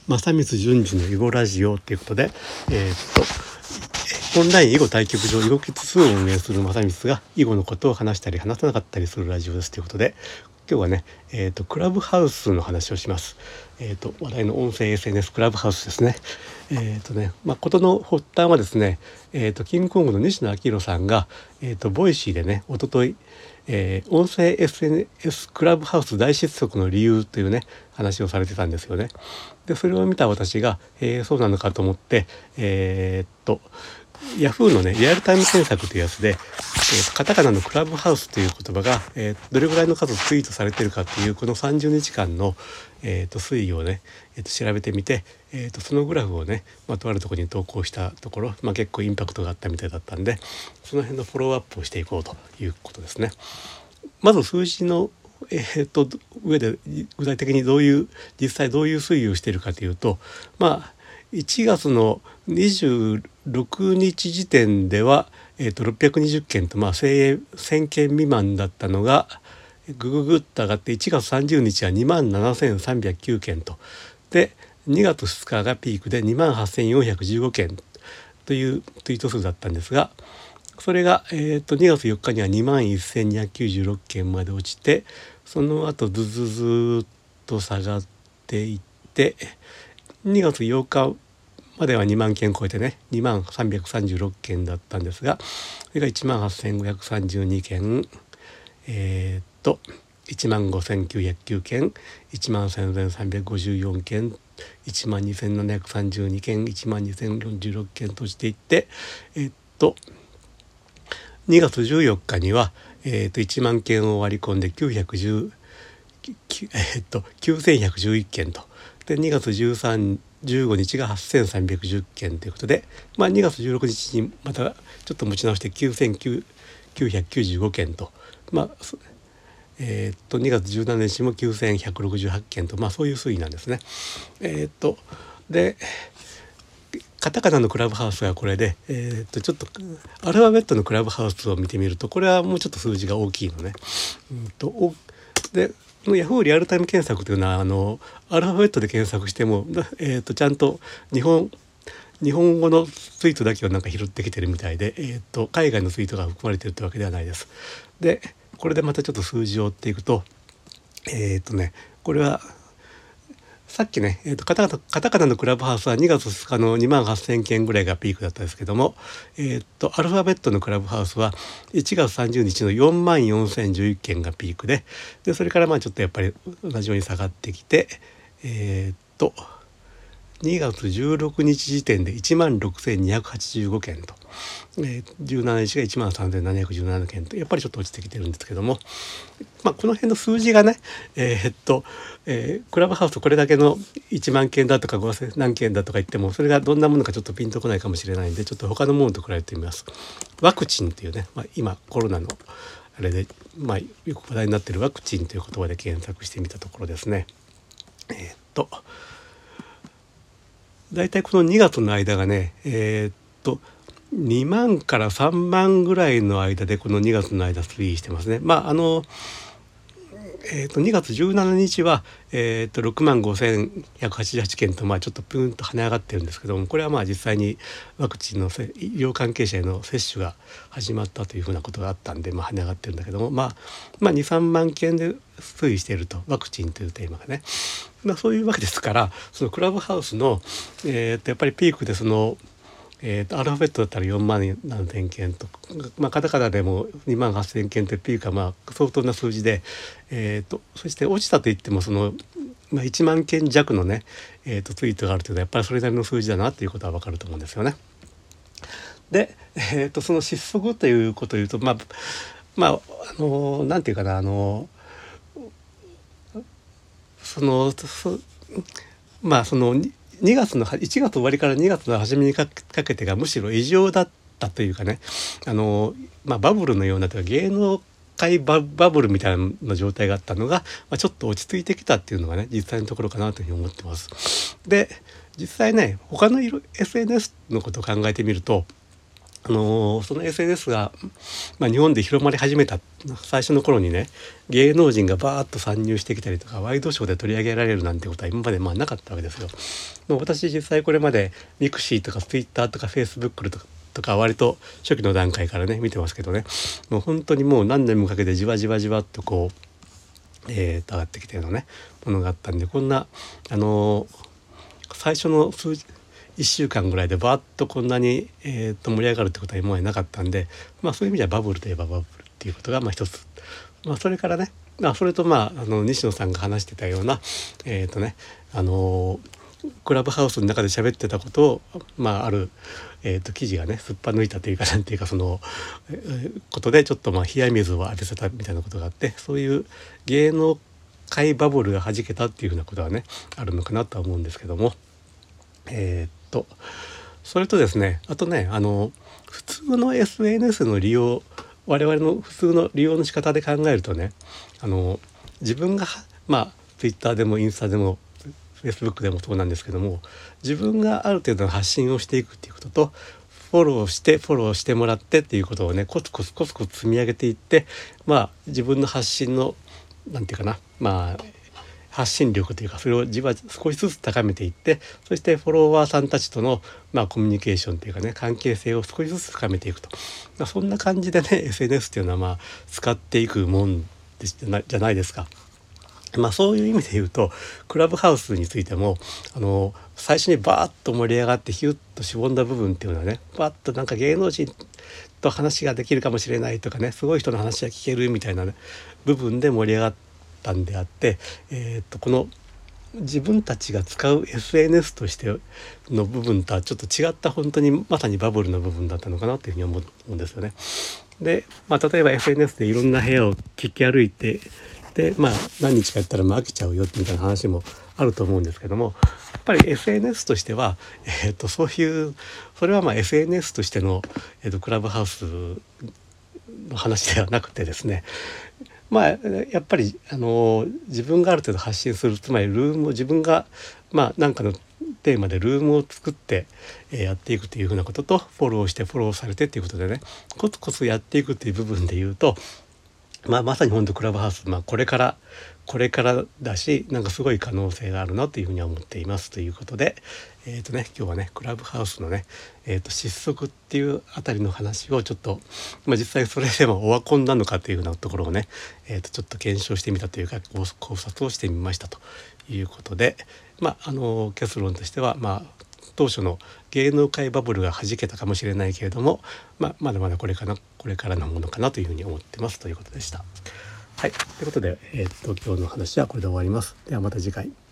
正光順次の囲碁ラジオということで、オンライン囲碁対局場囲碁キッズ数を運営する正光が囲碁のことを話したり話さなかったりするラジオですということで、今日はね、クラブハウスの話をします。話題の音声 SNS クラブハウスですね。事の発端はですね、キングコングの西野昭弘さんが、ボイシーでね、一昨日音声 SNS クラブハウス大失速の理由というね話をされてたんですよね。でそれを見た私が、そうなのかと思って、ヤフーのねリアルタイム検索というやつで、カタカナのクラブハウスという言葉が、どれぐらいの数ツイートされてるかっていうこの30日間の、推移をね、調べてみて、そのグラフをね、とあるところに投稿したところ、結構インパクトがあったみたいだったんで、その辺のフォローアップをしていこうということですね。まず数字の上で具体的に実際どういう推移をしているかというと、1月の26日時点では、620件と、1000件未満だったのがぐっと上がって1月30日は27,309件とで、2月2日がピークで28,415件というツイート数だったんですが、それが、2月4日には21,296件まで落ちて、その後ずっと下がっていって2月8日までは2万件超えてね28,336件だったんですが、それが18,532件、15,909件、11,354件、12,732件、12,046件としていって、2月14日には、1万件を割り込んで9,111件とで、2月15日が8,310件ということで、2月16日にまたちょっと持ち直して9,995件と、2月17日も9,168件と、そういう推移なんですね。でカタカナのクラブハウスがこれで、ちょっとアルファベットのクラブハウスを見てみると、これはもうちょっと数字が大きいのね。でヤフーリアルタイム検索というのはアルファベットで検索しても、ちゃんと日本語のツイートだけを拾ってきてるみたいで、海外のツイートが含まれているというわけではないです。でこれでまたちょっと数字を追っていくと、これはさっきね、カタカナのクラブハウスは2月2日の28,000件ぐらいがピークだったんですけども、アルファベットのクラブハウスは1月30日の44,011件がピークで、それからちょっとやっぱり同じように下がってきて、2月16日時点で16,285件と、17日が13,717件とやっぱりちょっと落ちてきてるんですけども、この辺の数字がね、クラブハウスこれだけの1万件だとか5,000何件だとか言っても、それがどんなものかちょっとピンとこないかもしれないんで、ちょっと他のものと比べてみます。ワクチンというね、今コロナのあれで、よく話題になっているワクチンという言葉で検索してみたところですね、だいたいこの2月の間がね、2万から3万ぐらいの間でこの2月の間推移してますね。2月17日は、65,188件と、ちょっとプーンと跳ね上がってるんですけども、これは実際にワクチンの医療関係者への接種が始まったというふうなことがあったんで、跳ね上がってるんだけども、2、3万件で推移していると、ワクチンというテーマがね。そういうわけですから、そのクラブハウスの、やっぱりピークでアルファベットだったら47,000件と、カタカナでも28,000件というピークは相当な数字で、そして落ちたといっても1万件弱のね、ツイートがあるというのはやっぱりそれなりの数字だなということは分かると思うんですよね。で、その失速ということを言うと、なんていうかな、2月の1月終わりから2月の初めにかけてがむしろ異常だったというかね、バブルのようなというか芸能界バブルみたいな状態があったのが、ちょっと落ち着いてきたっていうのがね実際のところかなというふうに思ってます。で実際ね他のSNS のことを考えてみると、 その SNS が、日本で広まり始めた最初の頃にね、芸能人がバーッと参入してきたりとか、ワイドショーで取り上げられるなんてことは今までなかったわけですよ。私実際これまでミクシーとかツイッターとかフェイスブックとか割と初期の段階からね見てますけどね、もう本当にもう何年もかけてじわじわじわっとこう、上がってきたようなねものがあったんで、こんな最初の1週間ぐらいでバーッとこんなに、盛り上がるってことは今までなかったんで、そういう意味ではバブルといえばバブルっていうことが一つ、それからね、それと西野さんが話してたようなクラブハウスの中で喋ってたことを、ある、記事がねすっぱ抜いたというかなんていうかことでちょっと冷や水を浴びせたみたいなことがあって、そういう芸能界バブルが弾けたっていうふうなことはねあるのかなとは思うんですけども、それとですね、あとね普通の SNS の利用、我々の普通の利用の仕方で考えるとね、自分がTwitter でもインスタでも Facebook でもそうなんですけども、自分がある程度の発信をしていくっていうことと、フォローしてもらってっていうことをねコツコツ積み上げていって、自分の発信のなんていうかな、発信力というか、それを少しずつ高めていって、そしてフォロワーさんたちとの、コミュニケーションというかね関係性を少しずつ深めていくと、そんな感じでね SNS っていうのは使っていくもんじゃないですか。そういう意味で言うとクラブハウスについても最初にバーッと盛り上がってヒュッとしぼんだ部分っていうのはね、バッとなんか芸能人と話ができるかもしれないとかね、すごい人の話が聞けるみたいな、ね、部分で盛り上がったんであって、この自分たちが使う SNS としての部分とはちょっと違った、本当にまさにバブルの部分だったのかなというふうに思うんですよね。で、例えば SNS でいろんな部屋を聞き歩いてで、何日かやったら飽きちゃうよみたいな話もあると思うんですけども、やっぱり SNS としては、それはSNS としての、クラブハウスの話ではなくてですね、やっぱり自分がある程度発信する、つまりルームを自分が何かのテーマでルームを作って、やっていくというふうなことと、フォローされてということでねコツコツやっていくという部分で言うと、まさに本当クラブハウス、これからだし、なんかすごい可能性があるなというふうには思っていますということで、今日はねクラブハウスのね、失速っていうあたりの話をちょっと、実際それでもオワコンなのかというふうなところをね、ちょっと検証してみたというか考察をしてみましたということで、結論としては当初の芸能界バブルが弾けたかもしれないけれども、まだまだこれからのものかなというふうに思ってますということでした。はい、ということで、今日の話はこれで終わります。ではまた次回。